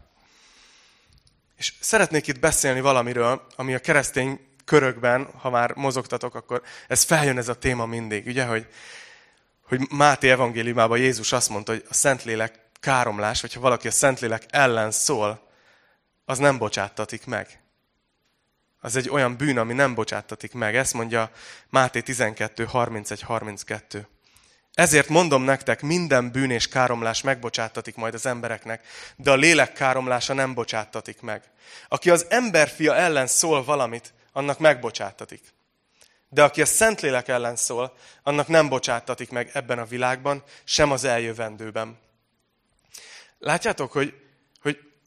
És szeretnék itt beszélni valamiről, ami a keresztény körökben, ha már mozogtatok, akkor ez feljön ez a téma mindig. Ugye, hogy Máté evangéliumában Jézus azt mondta, hogy a Szentlélek káromlás, hogyha valaki a Szentlélek ellen szól, az nem bocsáttatik meg. Az egy olyan bűn, ami nem bocsáttatik meg. Ezt mondja Máté 12, 31-32. Ezért mondom nektek, minden bűn és káromlás megbocsáttatik majd az embereknek, de a lélek káromlása nem bocsáttatik meg. Aki az emberfia ellen szól valamit, annak megbocsáttatik. De aki a Szentlélek ellen szól, annak nem bocsáttatik meg ebben a világban, sem az eljövendőben. Látjátok, hogy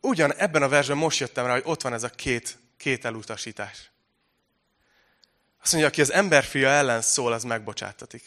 ugyan ebben a versben most jöttem rá, hogy ott van ez a két elutasítás. Azt mondja, aki az emberfia ellen szól, az megbocsátatik.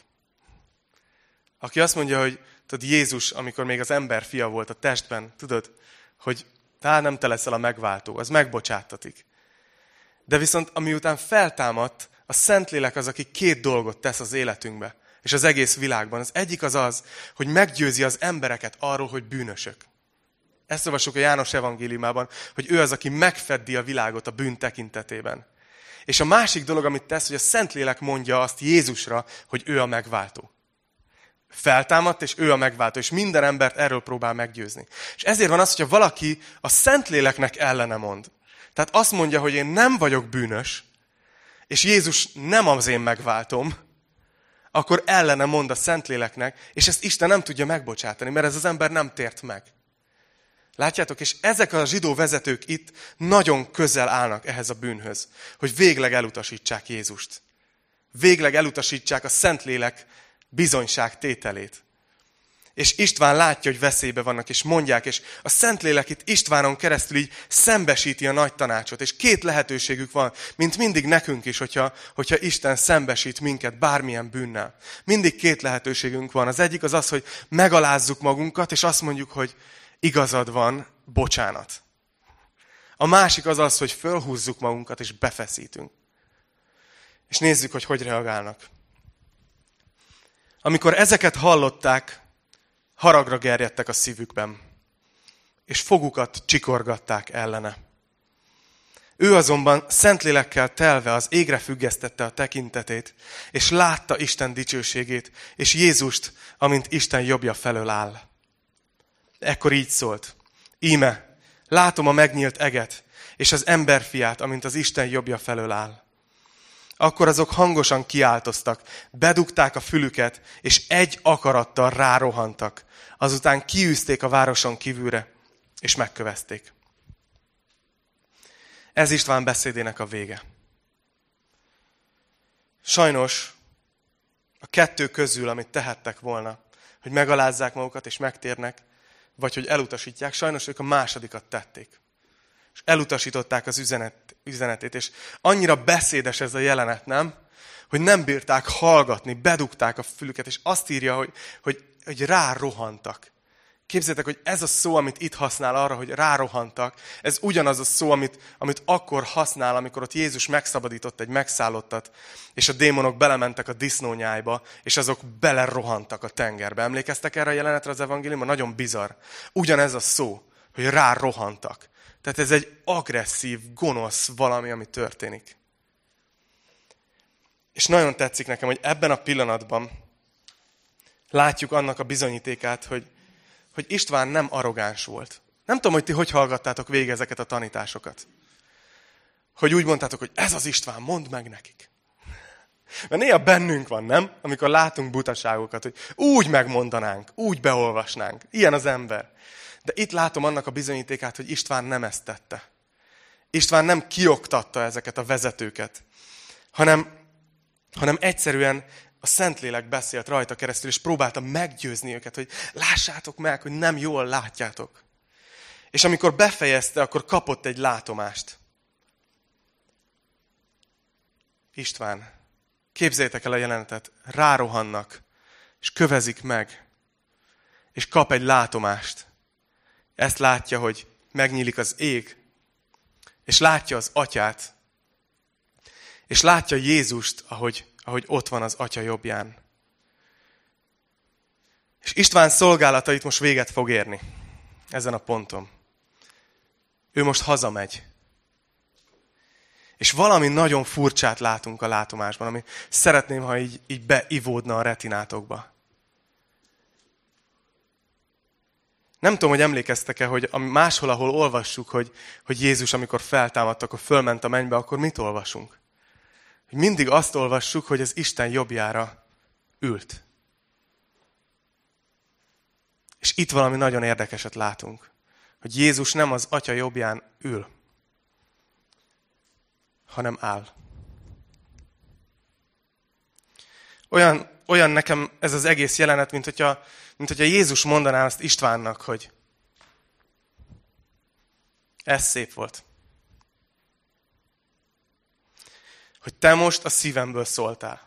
Aki azt mondja, hogy tudod, Jézus, amikor még az emberfia volt a testben, tudod, hogy nem te leszel a megváltó, az megbocsátatik. De viszont amiután feltámadt, a Szentlélek az, aki két dolgot tesz az életünkbe, és az egész világban. Az egyik az, hogy meggyőzi az embereket arról, hogy bűnösök. Ezt olvassuk a János evangéliumában, hogy ő az, aki megfeddi a világot a bűn tekintetében. És a másik dolog, amit tesz, hogy a Szentlélek mondja azt Jézusra, hogy ő a megváltó. Feltámadt, és ő a megváltó, és minden embert erről próbál meggyőzni. És ezért van az, hogyha valaki a Szentléleknek ellene mond. Tehát azt mondja, hogy én nem vagyok bűnös, és Jézus nem az én megváltom, akkor ellene mond a Szentléleknek, és ezt Isten nem tudja megbocsátani, mert ez az ember nem tért meg. Látjátok? És ezek a zsidó vezetők itt nagyon közel állnak ehhez a bűnhöz, hogy végleg elutasítsák Jézust. Végleg elutasítsák a Szentlélek bizonyság tételét. És István látja, hogy veszélybe vannak, és mondják, és a Szentlélek itt Istvánon keresztül így szembesíti a nagy tanácsot. És két lehetőségük van, mint mindig nekünk is, hogyha Isten szembesít minket bármilyen bűnnel. Mindig két lehetőségünk van. Az egyik az, hogy megalázzuk magunkat, és azt mondjuk, hogy igazad van, bocsánat. A másik az, hogy fölhúzzuk magunkat, és befeszítünk. És nézzük, hogy reagálnak. Amikor ezeket hallották, haragra gerjedtek a szívükben, és fogukat csikorgatták ellene. Ő azonban Szentlélekkel telve az égre függesztette a tekintetét, és látta Isten dicsőségét, és Jézust, amint Isten jobbja felől áll. Ekkor így szólt: íme, látom a megnyílt eget, és az emberfiát, amint az Isten jobbja felől áll. Akkor azok hangosan kiáltoztak, bedugták a fülüket, és egy akarattal rárohantak. Azután kiűzték a városon kívülre, és megkövezték. Ez István beszédének a vége. Sajnos a kettő közül, amit tehettek volna, hogy megalázzák magukat és megtérnek, vagy hogy elutasítják, sajnos ők a másodikat tették. És elutasították az üzenetét, és annyira beszédes ez a jelenet, nem? Hogy nem bírták hallgatni, bedugták a fülüket, és azt írja, hogy rárohantak. Képzeljétek, hogy ez a szó, amit itt használ arra, hogy rárohantak, ez ugyanaz a szó, amit akkor használ, amikor ott Jézus megszabadított egy megszállottat, és a démonok belementek a disznónyájba, és azok belerohantak a tengerbe. Emlékeztek erre a jelenetre az evangéliumban? Nagyon bizarr. Ugyanez a szó, hogy rárohantak. Tehát ez egy agresszív, gonosz valami, ami történik. És nagyon tetszik nekem, hogy ebben a pillanatban látjuk annak a bizonyítékát, hogy István nem arrogáns volt. Nem tudom, hogy ti hogy hallgattátok végig ezeket a tanításokat. Hogy úgy mondtátok, hogy ez az István, mondd meg nekik. Mert néha bennünk van, nem? Amikor látunk butaságokat, hogy úgy megmondanánk, úgy beolvasnánk. Ilyen az ember. De itt látom annak a bizonyítékát, hogy István nem ezt tette. István nem kioktatta ezeket a vezetőket, hanem egyszerűen a Szentlélek beszélt rajta keresztül, és próbálta meggyőzni őket, hogy lássátok meg, hogy nem jól látjátok. És amikor befejezte, akkor kapott egy látomást. István, képzeljétek el a jelenetet, rárohannak, és kövezik meg, és kap egy látomást. Ezt látja, hogy megnyílik az ég, és látja az atyát, és látja Jézust, ahogy ott van az atya jobbján. És István szolgálata itt most véget fog érni, ezen a ponton. Ő most hazamegy. És valami nagyon furcsát látunk a látomásban, ami szeretném, ha így beivódna a retinátokba. Nem tudom, hogy emlékeztek-e, hogy máshol, ahol olvassuk, hogy Jézus, amikor feltámadt, akkor fölment a mennybe, akkor mit olvasunk? Hogy mindig azt olvassuk, hogy az Isten jobbjára ült. És itt valami nagyon érdekeset látunk, hogy Jézus nem az atya jobbján ül, hanem áll. Olyan nekem ez az egész jelenet, mint hogyha Jézus mondaná azt Istvánnak, hogy Ez szép volt. Hogy te most a szívemből szóltál.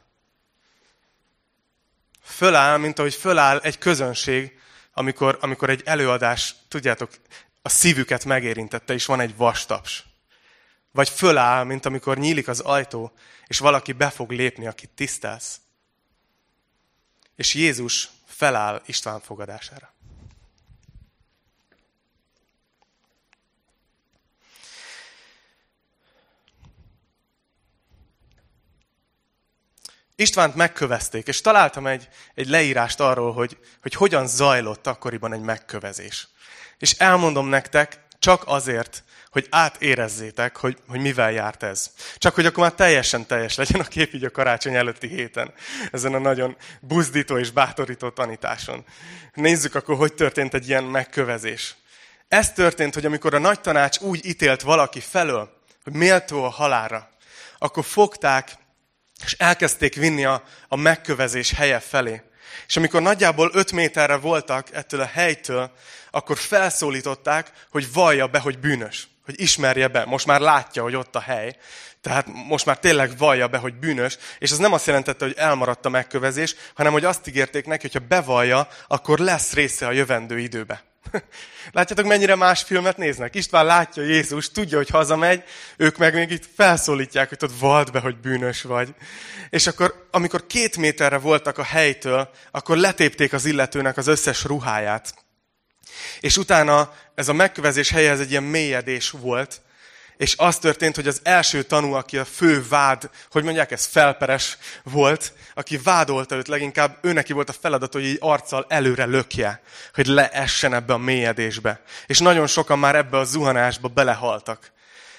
Föláll, mint ahogy föláll egy közönség, amikor egy előadás, tudjátok, a szívüket megérintette, és van egy vastaps. Vagy föláll, mint amikor nyílik az ajtó, és valaki be fog lépni, akit tisztelsz. És Jézus feláll István fogadására. Istvánt megkövezték, és találtam egy leírást arról, hogy hogyan zajlott akkoriban egy megkövezés. És elmondom nektek csak azért, hogy átérezzétek, hogy mivel járt ez. Csak hogy akkor már teljesen teljes legyen a kép így a karácsony előtti héten. Ezen a nagyon buzdító és bátorító tanításon. Nézzük akkor, hogy történt egy ilyen megkövezés. Ez történt, hogy amikor a nagy tanács úgy ítélt valaki felől, hogy méltó a halálra, akkor fogták, és elkezdték vinni a megkövezés helye felé. És amikor nagyjából 5 méterre voltak ettől a helytől, akkor felszólították, hogy vallja be, hogy bűnös. Hogy ismerje be. Most már látja, hogy ott a hely. Tehát most már tényleg vallja be, hogy bűnös. És az nem azt jelentette, hogy elmaradt a megkövezés, hanem hogy azt ígérték neki, hogy ha bevallja, akkor lesz része a jövendő időbe. Látjátok, mennyire más filmet néznek? István látja Jézus, tudja, hogy hazamegy, ők meg még itt felszólítják, hogy tudod, valld be, hogy bűnös vagy. És akkor, amikor 2 méterre voltak a helytől, akkor letépték az illetőnek az összes ruháját. És utána ez a megkövezés helye, ez egy ilyen mélyedés volt, és az történt, hogy az első tanú, aki a fő vád, hogy mondják, ez felperes volt, aki vádolta őt leginkább, ő neki volt a feladat, hogy így arccal előre lökje, hogy leessen ebbe a mélyedésbe. És nagyon sokan már ebbe a zuhanásba belehaltak.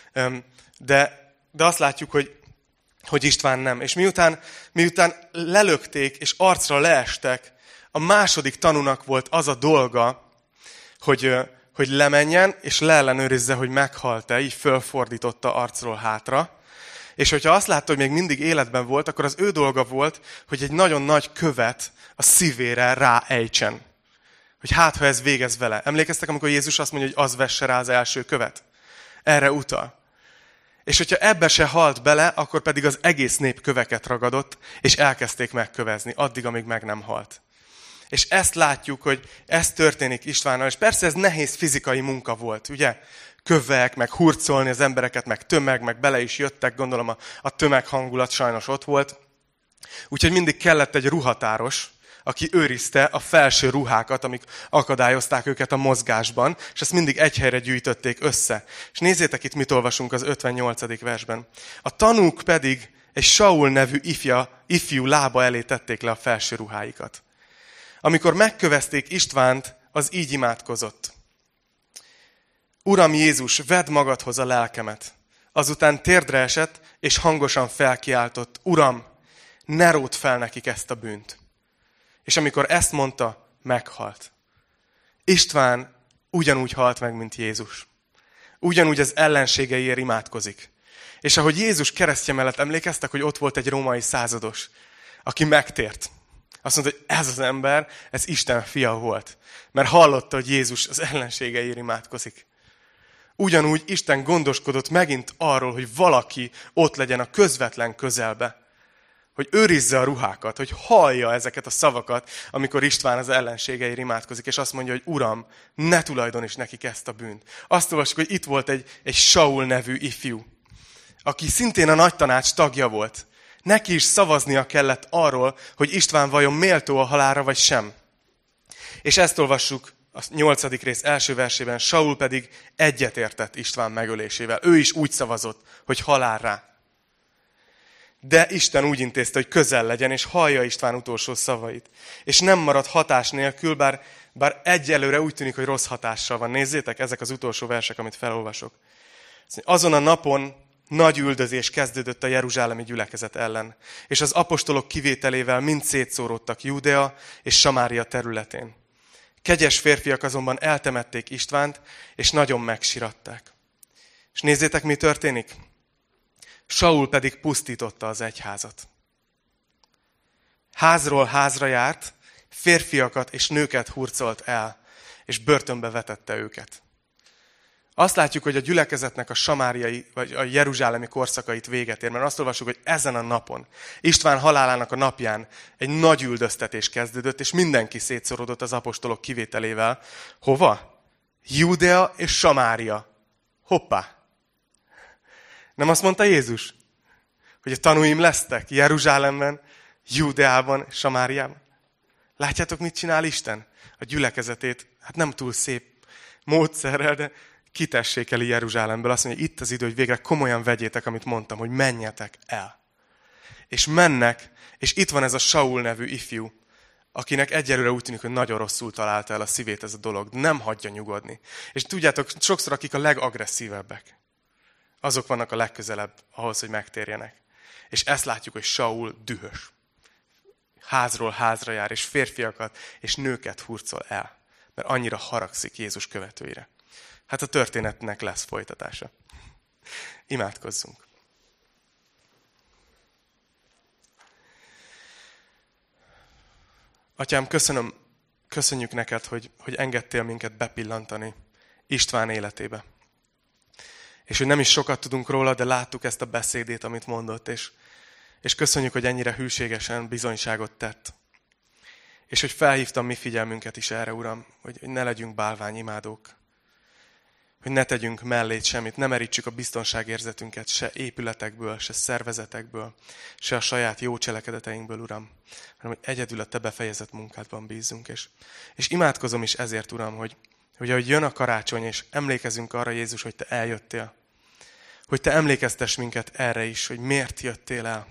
De azt látjuk, hogy István nem. És miután lelökték és arcra leestek, a második tanúnak volt az a dolga, hogy lemenjen, és leellenőrizze, hogy meghalt-e, így fölfordította arcról hátra. És hogyha azt látta, hogy még mindig életben volt, akkor az ő dolga volt, hogy egy nagyon nagy követ a szívére ráejtsen. Hogy hát, ha ez végez vele. Emlékeztek, amikor Jézus azt mondja, hogy az vesse rá az első követ? Erre utal. És hogyha ebbe se halt bele, akkor pedig az egész nép köveket ragadott, és elkezdték megkövezni, addig, amíg meg nem halt. És ezt látjuk, hogy ez történik Istvánnal. És persze ez nehéz fizikai munka volt, ugye? Kövek, meg hurcolni az embereket, meg tömeg, meg bele is jöttek, gondolom a tömeghangulat sajnos ott volt. Úgyhogy mindig kellett egy ruhatáros, aki őrizte a felső ruhákat, amik akadályozták őket a mozgásban, és ezt mindig egy helyre gyűjtötték össze. És nézzétek itt, mit olvasunk az 58. versben. A tanúk pedig egy Saul nevű ifjú lába elé tették le a felső ruháikat. Amikor megkövezték Istvánt, az így imádkozott. Uram Jézus, vedd magadhoz a lelkemet. Azután térdre esett, és hangosan felkiáltott, Uram, ne ródd fel nekik ezt a bűnt. És amikor ezt mondta, meghalt. István ugyanúgy halt meg, mint Jézus. Ugyanúgy az ellenségeiért imádkozik. És ahogy Jézus keresztje mellett emlékeztek, hogy ott volt egy római százados, aki megtért. Azt mondta, hogy ez az ember, ez Isten fia volt. Mert hallotta, hogy Jézus az ellenségeiért imádkozik. Ugyanúgy Isten gondoskodott megint arról, hogy valaki ott legyen a közvetlen közelbe. Hogy őrizze a ruhákat, hogy hallja ezeket a szavakat, amikor István az ellenségeiért imádkozik, és azt mondja, hogy Uram, ne tulajdoníts nekik ezt a bűnt. Azt olvassuk, hogy itt volt egy Saul nevű ifjú, aki szintén a nagy tanács tagja volt. Neki is szavaznia kellett arról, hogy István vajon méltó a halálra, vagy sem. És ezt olvassuk a 8. rész első versében, Saul pedig egyetértett István megölésével. Ő is úgy szavazott, hogy halál rá. De Isten úgy intézte, hogy közel legyen, és hallja István utolsó szavait. És nem marad hatás nélkül, bár egyelőre úgy tűnik, hogy rossz hatással van. Nézzétek, ezek az utolsó versek, amit felolvasok. Azon a napon nagy üldözés kezdődött a jeruzsálemi gyülekezet ellen, és az apostolok kivételével mind szétszóródtak Júdea és Samária területén. Kegyes férfiak azonban eltemették Istvánt, és nagyon megsiratták. És nézzétek, mi történik? Saul pedig pusztította az egyházat. Házról házra járt, férfiakat és nőket hurcolt el, és börtönbe vetette őket. Azt látjuk, hogy a gyülekezetnek a samáriai, vagy a jeruzsálemi korszakait véget ér, mert azt olvassuk, hogy ezen a napon, István halálának a napján egy nagy üldöztetés kezdődött, és mindenki szétszorodott az apostolok kivételével. Hova? Judea és Samária. Hoppá! Nem azt mondta Jézus, hogy a tanúim lesztek Jeruzsálemben, Judeában, Samáriában? Látjátok, mit csinál Isten? A gyülekezetét, hát nem túl szép módszerrel, de kitessékeli Jeruzsálemből. Azt mondja, itt az idő, hogy végre komolyan vegyétek, amit mondtam, hogy menjetek el. És mennek, és itt van ez a Saul nevű ifjú, akinek egyelőre úgy tűnik, hogy nagyon rosszul találta el a szívét ez a dolog. Nem hagyja nyugodni. És tudjátok, sokszor akik a legagresszívebbek, azok vannak a legközelebb ahhoz, hogy megtérjenek. És ezt látjuk, hogy Saul dühös. Házról házra jár, és férfiakat és nőket hurcol el. Mert annyira haragszik Jézus követőire. Hát a történetnek lesz folytatása. Imádkozzunk. Atyám, köszönjük neked, hogy engedtél minket bepillantani István életébe. És hogy nem is sokat tudunk róla, de láttuk ezt a beszédét, amit mondott, és köszönjük, hogy ennyire hűségesen bizonyságot tett. És hogy felhívtam mi figyelmünket is erre, Uram, hogy ne legyünk bálványimádók, hogy ne tegyünk mellét semmit, ne merítsük a biztonságérzetünket se épületekből, se szervezetekből, se a saját jó cselekedeteinkből, Uram, hanem hogy egyedül a Te befejezett munkádban bízzunk. És imádkozom is ezért, Uram, hogy ahogy jön a karácsony, és emlékezünk arra, Jézus, hogy Te eljöttél, hogy Te emlékeztess minket erre is, hogy miért jöttél el.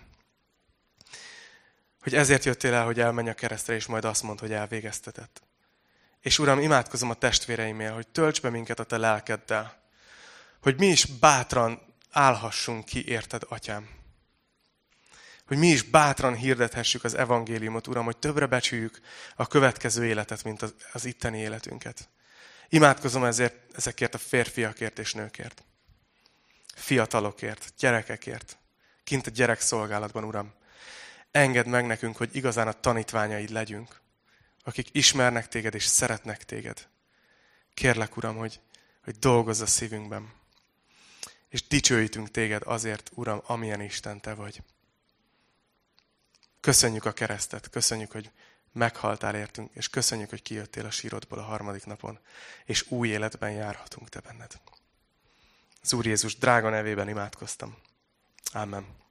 Hogy ezért jöttél el, hogy elmenj a keresztre, és majd azt mondd, hogy elvégeztetett. És Uram, imádkozom a testvéreimért, hogy tölts be minket a Te lelkeddel, hogy mi is bátran állhassunk ki, érted, Atyám. Hogy mi is bátran hirdethessük az evangéliumot, Uram, hogy többre becsüljük a következő életet, mint az itteni életünket. Imádkozom ezekért a férfiakért és nőkért. Fiatalokért, gyerekekért. Kint a gyerekszolgálatban, Uram. Engedd meg nekünk, hogy igazán a tanítványaid legyünk, akik ismernek téged és szeretnek téged. Kérlek, Uram, hogy dolgozz a szívünkben. És dicsőítünk téged azért, Uram, amilyen Isten te vagy. Köszönjük a keresztet, köszönjük, hogy meghaltál értünk, és köszönjük, hogy kijöttél a sírodból a harmadik napon, és új életben járhatunk te benned. Az Úr Jézus drága nevében imádkoztam. Amen.